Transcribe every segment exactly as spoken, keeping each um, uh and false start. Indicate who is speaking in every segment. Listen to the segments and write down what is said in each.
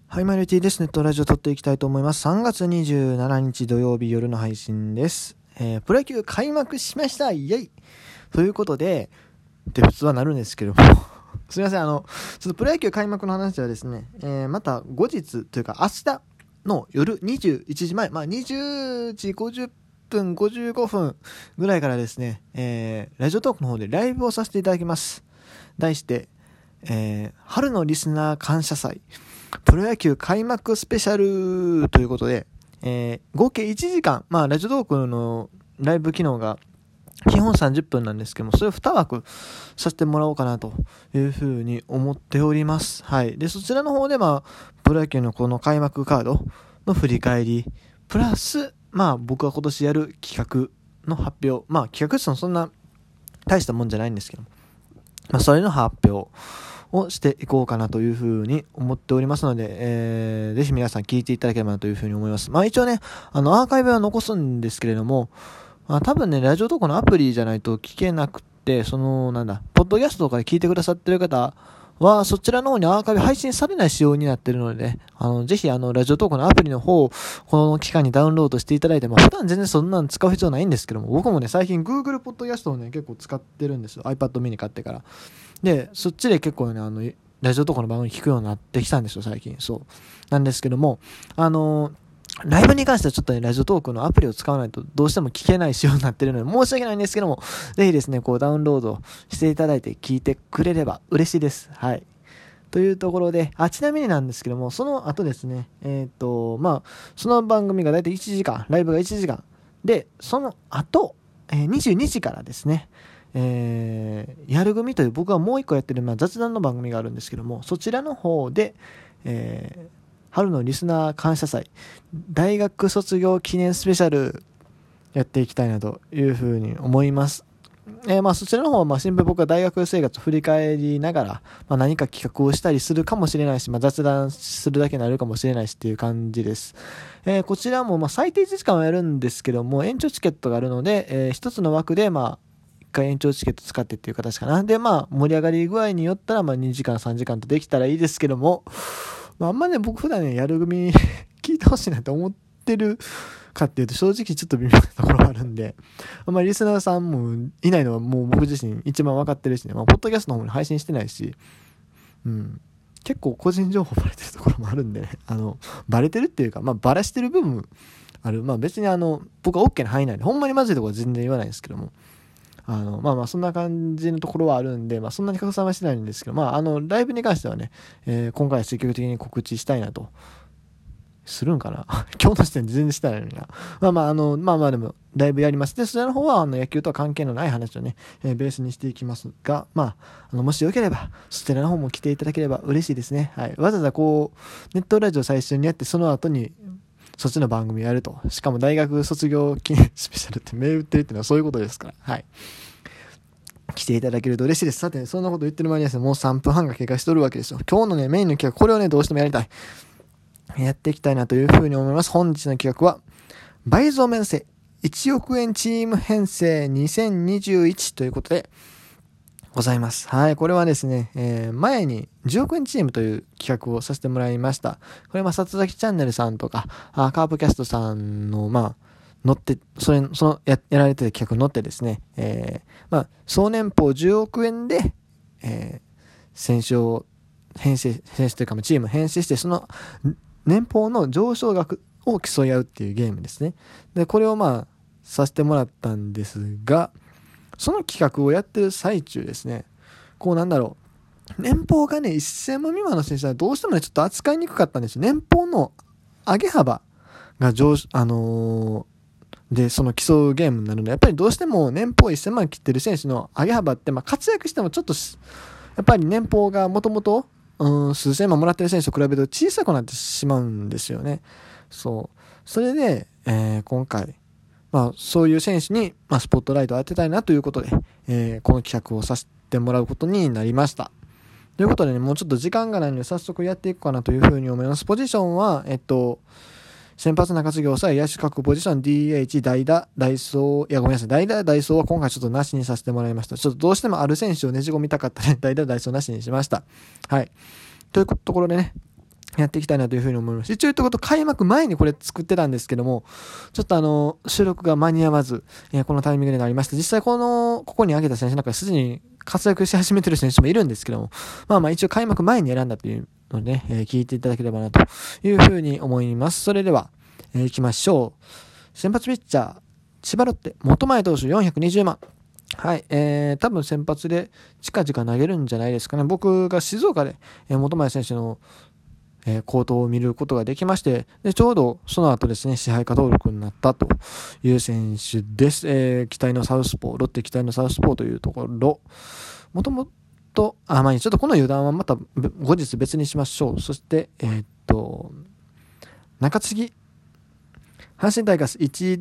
Speaker 1: はい、マイルティです。ネットラジオ撮っていきたいと思います。さんがつにじゅうしちにち土曜日夜の配信です。えー、プロ野球開幕しましたイエイということで、って普通はなるんですけども、すみません、あの、ちょっとプロ野球開幕の話はですね、えー、また後日というか明日の夜にじゅういちじまえ、まあにじゅうじごじゅっぷん、ごじゅうごふんぐらいからですね、えー、ラジオトークの方でライブをさせていただきます。題して、えー、春のリスナー感謝祭プロ野球開幕スペシャルということで、えー、合計いちじかん、まあラジオトークのライブ機能が基本さんじゅっぷんなんですけども、それをに枠させてもらおうかなというふうに思っております。はい。で、そちらの方でまあプロ野球のこの開幕カードの振り返りプラス、まあ僕が今年やる企画の発表、まあ企画ってそんな大したもんじゃないんですけども、まあそれの発表をしていこうかなというふうに思っておりますので、えー、ぜひ皆さん聞いていただければなというふうに思います。まあ一応ね、あのアーカイブは残すんですけれども、まあ、多分ね、ラジオトークのアプリじゃないと聞けなくて、その、なんだ、ポッドキャストとかで聞いてくださってる方は、そちらの方にアーカイブ配信されない仕様になっているので、ね、あの、ぜひあの、ラジオトークのアプリの方を、この期間にダウンロードしていただいて、まあ普段全然そんなの使う必要ないんですけども、僕もね、最近 Google ポッドキャストをね、結構使ってるんですよ。iPad mini 買ってから。で、そっちで結構ね、あの、ラジオトークの番組聞くようになってきたんですよ、最近。そう。なんですけども、あのー、ライブに関してはちょっとね、ラジオトークのアプリを使わないとどうしても聞けない仕様になっているので、申し訳ないんですけども、ぜひですね、こうダウンロードしていただいて聞いてくれれば嬉しいです。はい。というところで、あ、ちなみになんですけども、その後ですね、えっと、まあ、その番組がだいたいいちじかん、ライブがいちじかん。で、その後、えー、にじゅうにじからですね、えー、やる組という僕がもう一個やってる、まあ、雑談の番組があるんですけども、そちらの方で、えー、春のリスナー感謝祭大学卒業記念スペシャルやっていきたいなというふうに思います。えー、まあそちらの方はまあ新聞僕は大学生活を振り返りながら、まあ、何か企画をしたりするかもしれないし、まあ、雑談するだけになるかもしれないしっていう感じです。えー、こちらもまあ最低いちじかんはやるんですけども、延長チケットがあるので、えー、一つの枠でまあいっかい延長チケット使ってっていう形かな。でまあ盛り上がり具合によったらまあにじかんさんじかんとできたらいいですけども、まあ、あんまね僕普段ねやる組聞いてほしいなって思ってるかっていうと正直ちょっと微妙なところがあるんで、あんまりリスナーさんもいないのはもう僕自身一番分かってるしね、まあ、ポッドキャストの方に配信してないし、うん、結構個人情報バレてるところもあるんでね、あのバレてるっていうか、まあバラしてる部分ある。まあ別にあの僕は OK の範囲内でほんまにまずいところは全然言わないんですけども、あのまあまあそんな感じのところはあるんで、まあそんなに拡散はしてないんですけど、まああのライブに関してはね、えー、今回は積極的に告知したいなと。するんかな今日の時点で全然してないのにな。まあまああのまあまあでもライブやります。でそちらの方はあの野球とは関係のない話をね、えー、ベースにしていきますが、まああのもしよければそちらの方も来ていただければ嬉しいですね。はい。わざわざこうネットラジオ最初にやってその後にそっちの番組やると、しかも大学卒業記念スペシャルって銘打ってるっていうのはそういうことですから。はい。来ていただけると嬉しいです。さて、そんなこと言ってる間にですね、もうさんぷんはんが経過しとるわけですよ。今日のね、メインの企画、これをね、どうしてもやりたい。やっていきたいなというふうに思います。本日の企画は、倍増面接いちおくえんチーム編成にせんにじゅういちということでございます。はい。これはですね、えー、前にじゅうおくえんチームという企画をさせてもらいました。これは里崎チャンネルさんとか、あカープキャストさんの、まあ、乗って、それ、そのや、やられてる企画に乗ってですね、えー、まあ、総年俸じゅうおくえんで、えー、選手を編成、編成というか、チーム編成して、その、年俸の上昇額を競い合うっていうゲームですね。で、これをまあ、させてもらったんですが、その企画をやってる最中ですね、こうなんだろう、年俸がね、せんまん未満の選手はどうしてもね、ちょっと扱いにくかったんですよ。年俸の上げ幅が上、あのー、で、その競うゲームになるので、やっぱりどうしても年俸せんまん切ってる選手の上げ幅って、まあ活躍してもちょっと、やっぱり年俸がもともと、うん、数千万もらってる選手と比べると小さくなってしまうんですよね。そう。それで、えー、今回、まあ、そういう選手に、まあ、スポットライトを当てたいなということで、えー、この企画をさせてもらうことになりました。ということでね、もうちょっと時間がないので早速やっていくかなというふうに思います。ポジションは、えっと、先発中継ぎ抑え野手各ポジション ディーエイチ 代打代走いやごめんなさい代打代走は今回ちょっとなしにさせてもらいました。ちょっとどうしてもある選手をねじ込みたかったね代打代走なしにしました。はいというところでね、 やっていきたいなというふうに思います。一応言ったこと、開幕前にこれ作ってたんですけども、ちょっとあの、収録が間に合わず、えー、このタイミングでなりまして、実際この、ここに挙げた選手なんかすでに活躍し始めてる選手もいるんですけども、まあまあ一応開幕前に選んだというのでね、えー、聞いていただければなというふうに思います。それでは、えー、行きましょう。先発ピッチャー、千葉ロッテ、元前投手よんひゃくにじゅうまん。はい、えー、多分先発で近々投げるんじゃないですかね。僕が静岡で、えー、元前選手のえー、好投を見ることができまして、でちょうどその後ですね、支配下登録になったという選手です。えー、期待のサウスポー、ロッテ期待のサウスポーというところ、もともと、あ、まあ、ちょっとこの油断はまた後日別にしましょう。そして、えー、っと、中継ぎ、阪神タイガースいち、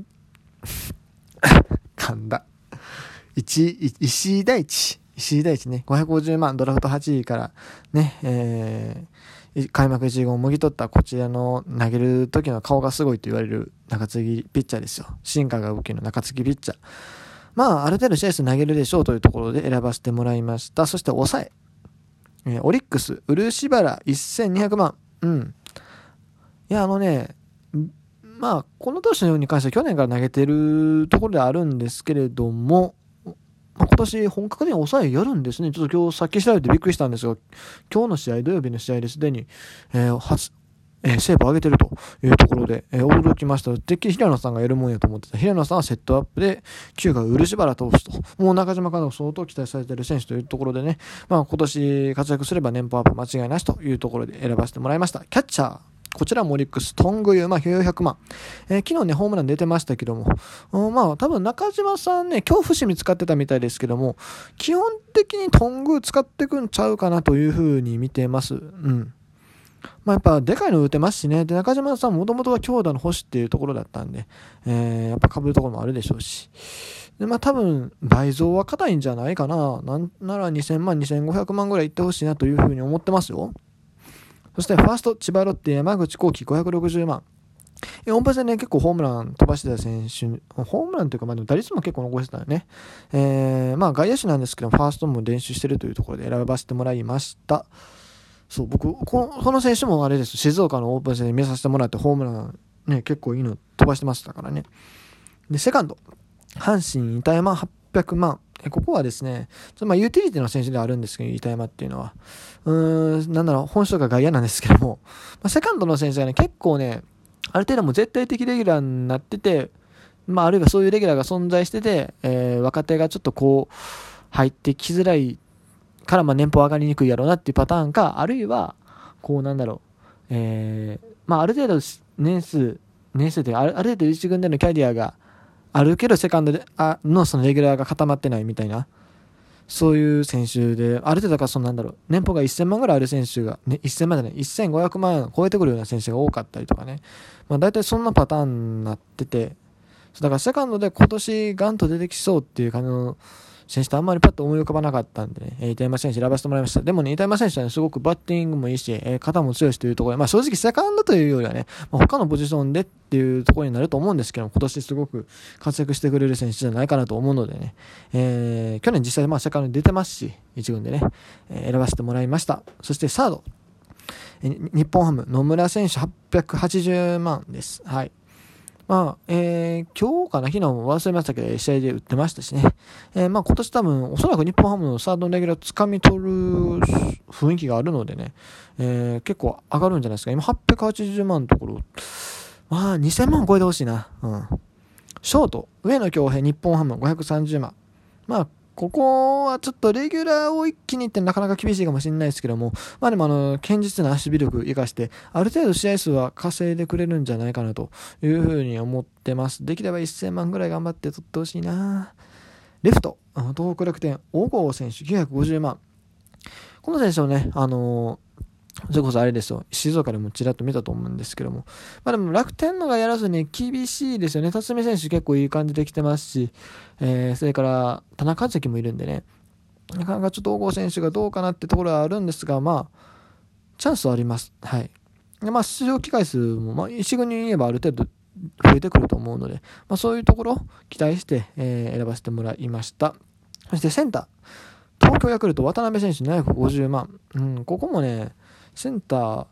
Speaker 1: 噛んだ。1、石井大地。石井大地ね、ごひゃくごじゅうまん、ドラフトはちいからね、えー、開幕いちごうをもぎ取ったこちらの投げる時の顔がすごいと言われる中継ぎピッチャーですよ。進化が武器の中継ぎピッチャー。まあ、ある程度試合数投げるでしょうというところで選ばせてもらいました。そして抑え。えー、オリックス、漆原せんにひゃくまん。うん。いや、あのね、まあ、この投手のように関しては去年から投げてるところであるんですけれども、まあ、今年本格的に抑えやるんですね。ちょっと今日さっき調べてびっくりしたんですが、今日の試合、土曜日の試合ですでに、えー、初、えー、セーブを上げてるというところで、えー、驚きました。てっきり平野さんがやるもんやと思ってた。平野さんはセットアップで、きゅうが漆原投手と、もう中島監督相当期待されている選手というところでね、まあ今年活躍すれば年俸アップ間違いなしというところで選ばせてもらいました。キャッチャー。こちらもオリックス、トングユ、まあ、きゅうひゃくまん。えー、昨日ね、ホームラン出てましたけども、まあ、多分中島さんね、恐怖心見使ってたみたいですけども、基本的にトング使ってくんちゃうかなというふうに見てます。うん。まあ、やっぱ、でかいの打てますしね。で、中島さんもともとは強打の星っていうところだったんで、えー、やっぱ被るところもあるでしょうし。で、まあ、多分、倍増は硬いんじゃないかな。なんならにせんまん、にせんごひゃくまんぐらいいってほしいなというふうに思ってますよ。そしてファースト、千葉ロッテ、山口幸輝ごひゃくろくじゅうまん。オープン戦で、ね、結構ホームラン飛ばしてた選手、ホームランというか、まあ、でも打率も結構残してたよね。えー、まあ外野手なんですけど、ファーストも練習してるというところで選ばせてもらいました。そう、僕、この、この選手もあれです。静岡のオープン戦で見させてもらって、ホームラン、ね、結構いいの飛ばしてましたからね。で、セカンド、阪神、板山はっぴゃくまん。ここはですね、まあ、ユーティリティの選手ではあるんですけど、板山っていうのは。うーん、なんだろう、本職が外野なんですけども、まあ、セカンドの選手がね、結構ね、ある程度も絶対的レギュラーになってて、まあ、あるいはそういうレギュラーが存在してて、えー、若手がちょっとこう、入ってきづらいから、まあ、年俸上がりにくいやろうなっていうパターンか、あるいは、こう、なんだろう、えー、まあ、ある程度年数、年数である、ある程度一軍でのキャリアが、あるけどセカンドであのそのレギュラーが固まってないみたいな、そういう選手で、ある程度からそのなんだろう、年俸がせんまんぐらいある選手が、ね、せんまんじゃない、せんごひゃくまん超えてくるような選手が多かったりとかね、まあ大体そんなパターンになってて、だからセカンドで今年ガンと出てきそうっていう感じの選手とあんまりパッと思い浮かばなかったんでね、板山選手選ばせてもらいました。でもね、板山選手はね、すごくバッティングもいいし、えー、肩も強いしというところで、まあ正直セカンドというよりはね、まあ、他のポジションでっていうところになると思うんですけども、今年すごく活躍してくれる選手じゃないかなと思うのでね、えー、去年実際まあセカンドに出てますし、一軍でね、えー、選ばせてもらいました。そしてサード、えー、日本ハム、野村選手はっぴゃくはちじゅうまんです。はい。まあ、えー、今日かな、昨日も忘れましたけど、試合で打ってましたしね。えー、まあ今年多分、おそらく日本ハムのサードのレギュラー掴み取る雰囲気があるのでね、えー、結構上がるんじゃないですか。今はっぴゃくはちじゅうまんのところ、まあにせんまん超えてほしいな。うん。ショート、上野恭平、日本ハムごひゃくさんじゅうまん。まあ、ここはちょっとレギュラーを一気にいってなかなか厳しいかもしれないですけども、まあでもあの、堅実な守備力生かして、ある程度試合数は稼いでくれるんじゃないかなというふうに思ってます。できればせんまんぐらい頑張って取ってほしいな。レフト、東北楽天、小郷選手きゅうひゃくごじゅうまん。この選手をね、あのー、それこそあれですよ、静岡でもちらっと見たと思うんですけども、まあでも楽天のがやらずに厳しいですよね。辰巳選手結構いい感じで来てますし、えー、それから田中関もいるんでね、なかなかちょっと小郷選手がどうかなってところはあるんですが、まあチャンスはあります。はい。でまあ出場機会数もまあ一軍に言えばある程度増えてくると思うので、まあそういうところ期待して、えー、選ばせてもらいました。そしてセンター、東京ヤクルト渡辺選手ななひゃくごじゅうまん、うん、ここもね。センター、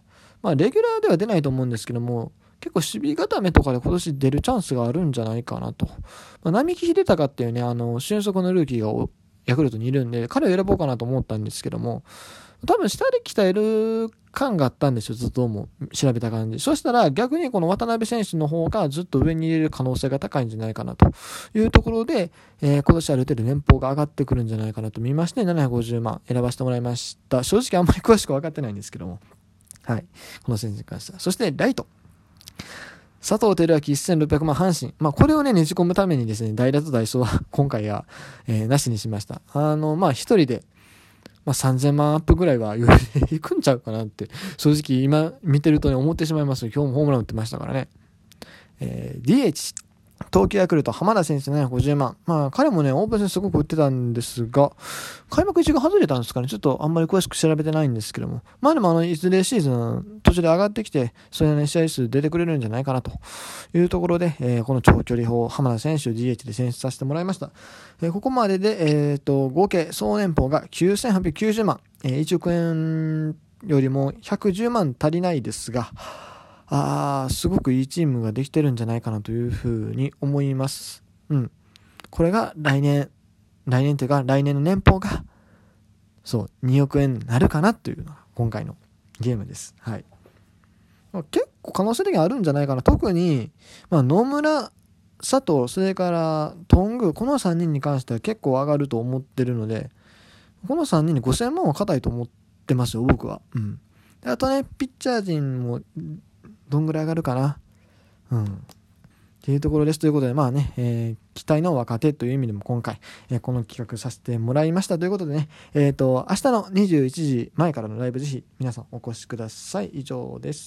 Speaker 1: まあレギュラーでは出ないと思うんですけども、結構守備固めとかで今年出るチャンスがあるんじゃないかなと。まあ、並木秀隆っていうね、あの、俊足のルーキーがヤクルトにいるんで、彼を選ぼうかなと思ったんですけども、多分下で鍛える感があったんですよ、ずっともう調べた感じ。そしたら逆にこの渡辺選手の方がずっと上に入れる可能性が高いんじゃないかなというところで、えー、今年ある程度年俸が上がってくるんじゃないかなと見まして、ななひゃくごじゅうまん選ばせてもらいました。正直あんまり詳しく分かってないんですけども。はい。この選手に関しては。そしてライト。佐藤輝明せんろっぴゃくまん阪神。まあ、これをね、ねじ込むためにですね、代打と代走は今回は、えー、なしにしました。あの、まあ、一人で、まあ、さんぜんまんアップぐらいは余裕でいくんちゃうかなって、正直今見てるとね、思ってしまいます。今日もホームラン打ってましたからね。えー、ディーエイチ。東京ヤクルト浜田選手ななひゃくごじゅうまん。まあ彼もねオープン戦すごく打ってたんですが、開幕いちが外れたんですかね。ちょっとあんまり詳しく調べてないんですけども、まあでもあのいずれシーズン途中で上がってきて、それなりに試合数出てくれるんじゃないかなというところで、えー、この長距離砲浜田選手を ディーエイチ で選出させてもらいました。えー、ここまでで、えー、と合計総年俸がきゅうせんはっぴゃくきゅうじゅうまん、えー、いちおくえんよりもひゃくじゅうまん足りないですが、あーすごくいいチームができてるんじゃないかなというふうに思います。うん。これが来年、来年というか来年の年俸がそうにおくえんになるかなというのが今回のゲームです。はい。結構可能性的にあるんじゃないかな。特に、まあ、野村、佐藤、それから頓宮、このさんにんに関しては結構上がると思ってるので、このさんにんにごせんまんは硬いと思ってますよ、僕は。うん。あとね、ピッチャー陣もどんぐらい上がるかな。うん。っていうところです。ということで、まあね、えー、期待の若手という意味でも今回、えー、この企画させてもらいましたということでね、えっと、明日のにじゅういちじまえからのライブぜひ皆さんお越しください。以上です。